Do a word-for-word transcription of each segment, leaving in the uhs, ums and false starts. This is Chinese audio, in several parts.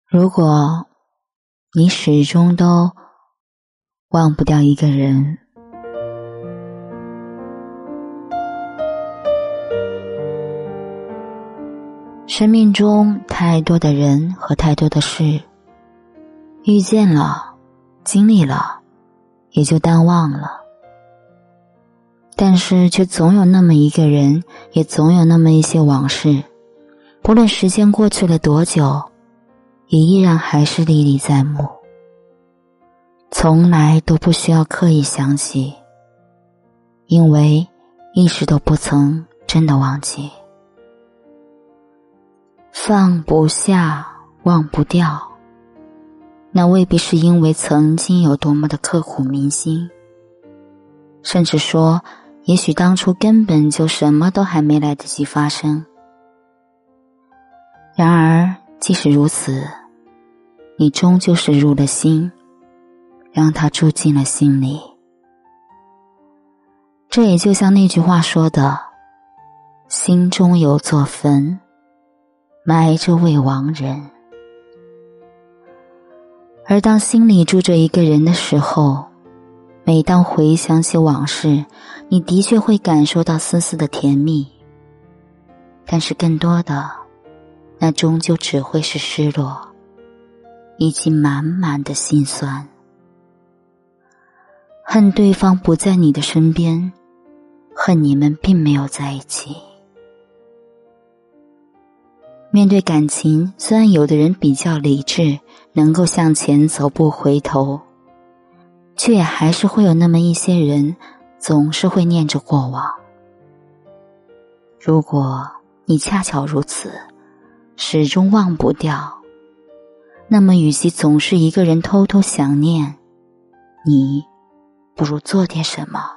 如果你始终都忘不掉一个人，生命中太多的人和太多的事，遇见了，经历了，也就淡忘了。但是却总有那么一个人，也总有那么一些往事，不论时间过去了多久，也依然还是历历在目，从来都不需要刻意想起，因为一时都不曾真的忘记。放不下，忘不掉，那未必是因为曾经有多么的刻骨铭心，甚至说也许当初根本就什么都还没来得及发生。然而即使如此，你终究是入了心，让它住进了心里。这也就像那句话说的，心中有座坟，埋着未亡人。而当心里住着一个人的时候，每当回想起往事，你的确会感受到丝丝的甜蜜，但是更多的，那终究只会是失落，以及满满的心酸。恨对方不在你的身边，恨你们并没有在一起。面对感情，虽然有的人比较理智，能够向前走不回头，却也还是会有那么一些人总是会念着过往。如果你恰巧如此，始终忘不掉，那么与其总是一个人偷偷想念，你不如做点什么，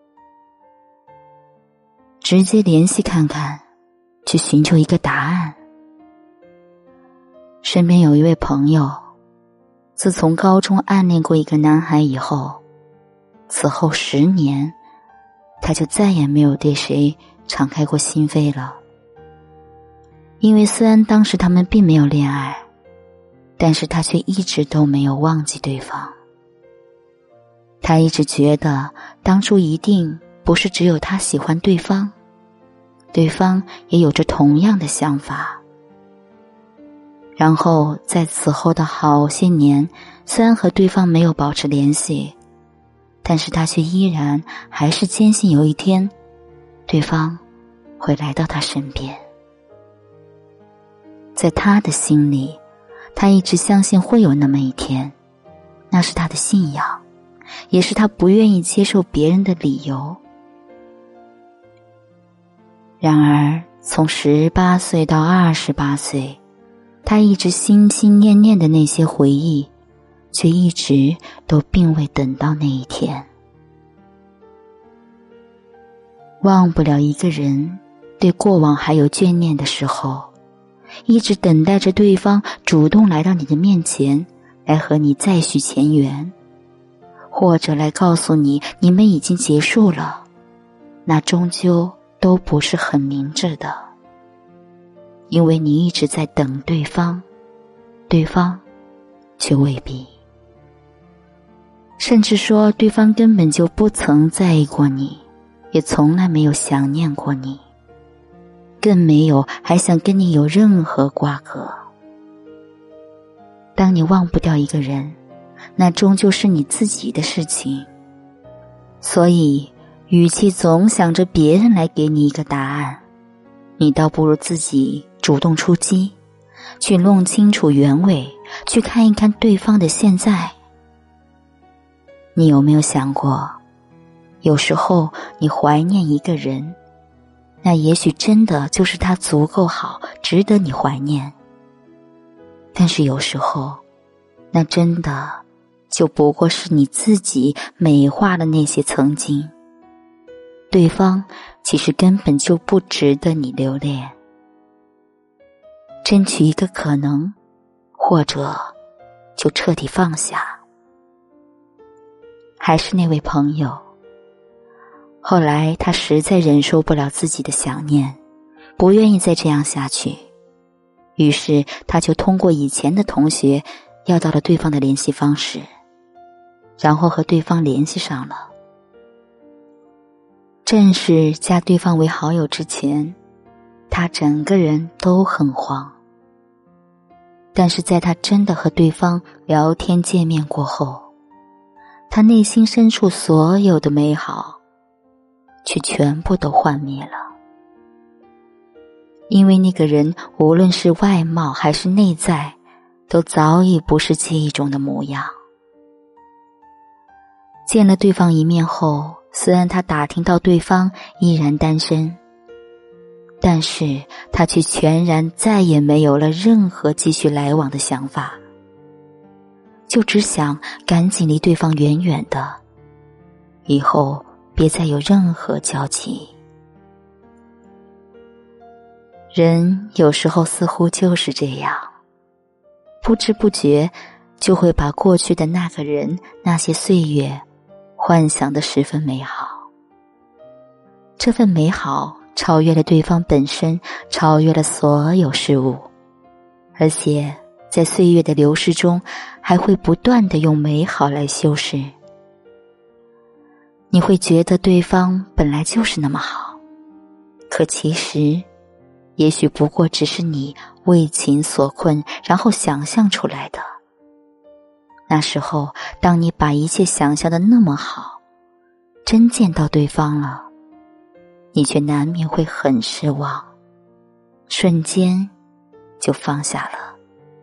直接联系看看，去寻求一个答案。身边有一位朋友，自从高中暗恋过一个男孩以后，此后十年，他就再也没有对谁敞开过心扉了。因为虽然当时他们并没有恋爱，但是他却一直都没有忘记对方。他一直觉得当初一定不是只有他喜欢对方，对方也有着同样的想法。然后在此后的好些年，虽然和对方没有保持联系，但是他却依然还是坚信有一天，对方会来到他身边。在他的心里，他一直相信会有那么一天，那是他的信仰，也是他不愿意接受别人的理由。然而从十八岁到二十八岁，他一直心心念念的那些回忆，却一直都并未等到那一天。忘不了一个人，对过往还有眷恋的时候，一直等待着对方主动来到你的面前，来和你再续前缘，或者来告诉你你们已经结束了，那终究都不是很明智的。因为你一直在等对方，对方却未必。甚至说对方根本就不曾在意过你，也从来没有想念过你，更没有还想跟你有任何瓜葛。当你忘不掉一个人，那终究是你自己的事情。所以与其总想着别人来给你一个答案，你倒不如自己主动出击，去弄清楚原委，去看一看对方的现在。你有没有想过，有时候你怀念一个人，那也许真的就是他足够好，值得你怀念。但是有时候，那真的就不过是你自己美化了那些曾经，对方其实根本就不值得你留恋。争取一个可能，或者就彻底放下。还是那位朋友，后来他实在忍受不了自己的想念，不愿意再这样下去， 于是他就通过以前的同学要到了对方的联系方式，然后和对方联系上了。正式加对方为好友之前，他整个人都很慌。但是在他真的和对方聊天见面过后，他内心深处所有的美好却全部都幻灭了。因为那个人无论是外貌还是内在，都早已不是记忆中的模样。见了对方一面后，虽然他打听到对方依然单身，但是他却全然再也没有了任何继续来往的想法，就只想赶紧离对方远远的，以后别再有任何交集。人有时候似乎就是这样，不知不觉就会把过去的那个人、那些岁月幻想得十分美好。这份美好超越了对方本身，超越了所有事物，而且在岁月的流逝中还会不断地用美好来修饰。你会觉得对方本来就是那么好，可其实也许不过只是你为情所困，然后想象出来的。那时候当你把一切想象的那么好，真见到对方了，你却难免会很失望，瞬间就放下了。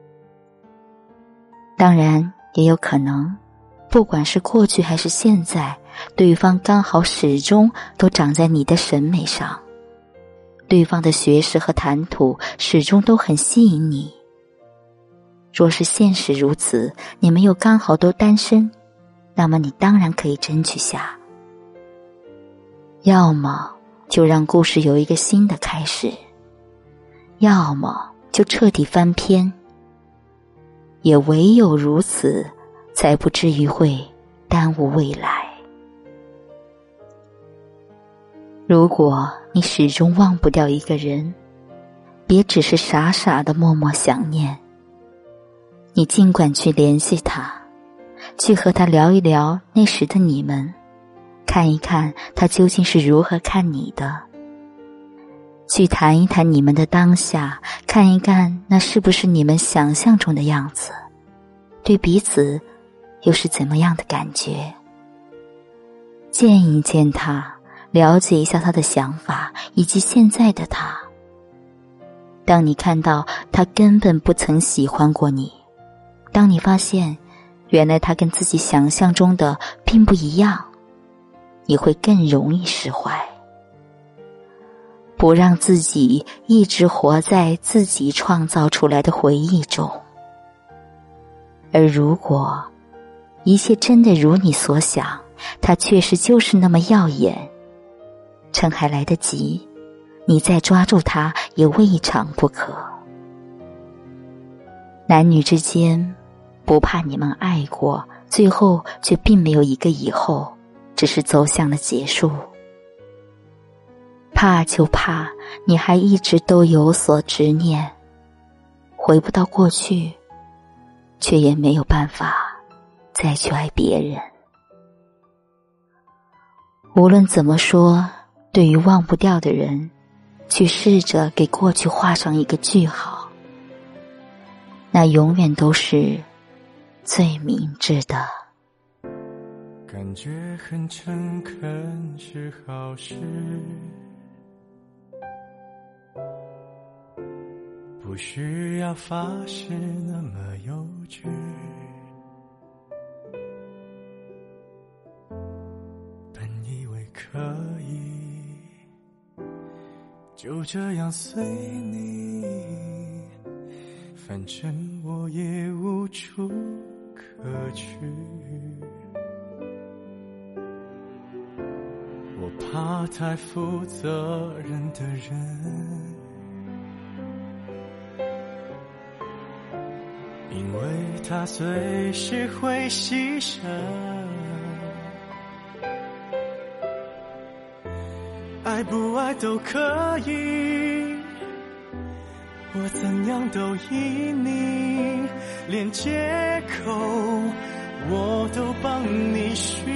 当然也有可能，不管是过去还是现在，对方刚好始终都长在你的审美上，对方的学识和谈吐始终都很吸引你。若是现实如此，你们又刚好都单身，那么你当然可以争取下。要么就让故事有一个新的开始，要么就彻底翻篇。也唯有如此，才不至于会耽误未来。如果你始终忘不掉一个人，别只是傻傻的默默想念，你尽管去联系他，去和他聊一聊那时的你们，看一看他究竟是如何看你的，去谈一谈你们的当下，看一看那是不是你们想象中的样子，对彼此又是怎么样的感觉。见一见他，了解一下他的想法以及现在的他。当你看到他根本不曾喜欢过你，当你发现原来他跟自己想象中的并不一样，你会更容易释怀。不让自己一直活在自己创造出来的回忆中。而如果一切真的如你所想，他确实就是那么耀眼，趁还来得及，你再抓住他也未尝不可。男女之间不怕你们爱过，最后却并没有一个以后，只是走向了结束。怕就怕你还一直都有所执念，回不到过去，却也没有办法再去爱别人。无论怎么说，对于忘不掉的人，去试着给过去画上一个句号，那永远都是最明智的。 感觉很诚恳是好事，不需要发誓那么幼稚。本以为可以就这样随你，反正我也无处可去。我怕太负责任的人，因为他随时会牺牲。爱不爱都可以， 我怎样都依你，连借口我都帮你寻。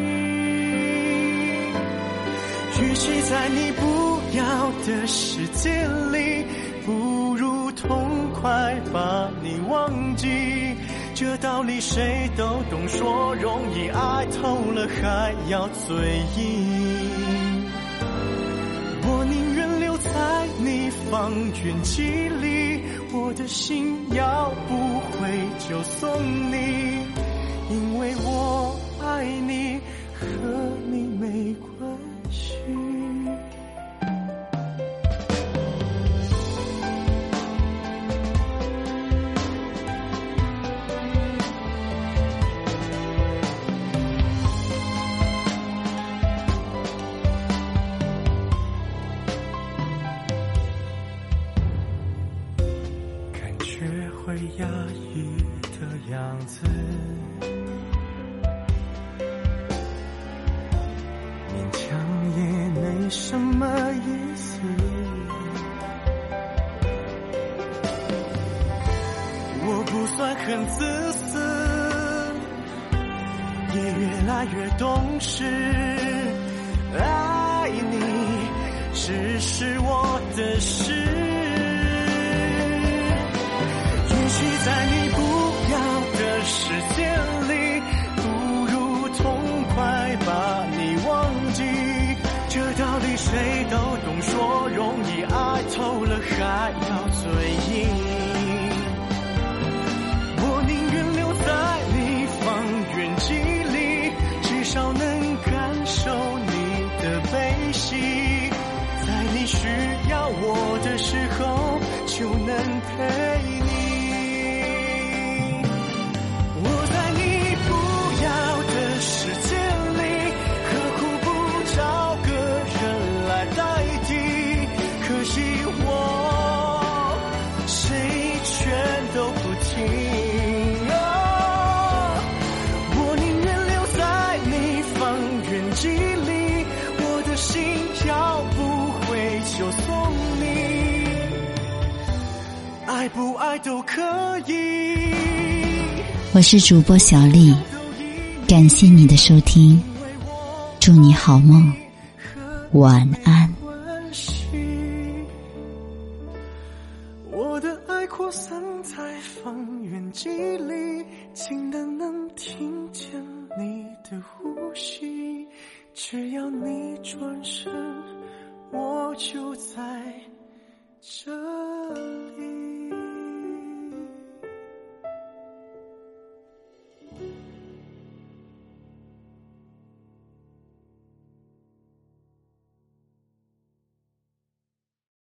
与其在你不要的世界里，不如痛快把你忘记。这道理谁都懂，说容易，爱透了还要嘴硬。我宁愿留在你方圆几里，我的心要不回就送你，因为我爱你，和你没关系。会压抑的样子，勉强也没什么意思。我不算很自私，也越来越懂事。爱你只是我的事，在你不要的世界里，不如痛快把你忘记。这道理谁都懂，说容易，爱透了还要嘴硬。我宁愿留在你方圆几里，至少能感受你的悲喜，在你需要我的时候就能陪你。爱不爱都可以。 我是主播小丽，感谢你的收听，祝你好梦，晚安。 我的爱扩散在方圆几里，近的能听见你的呼吸，只要你转身，我就在这里。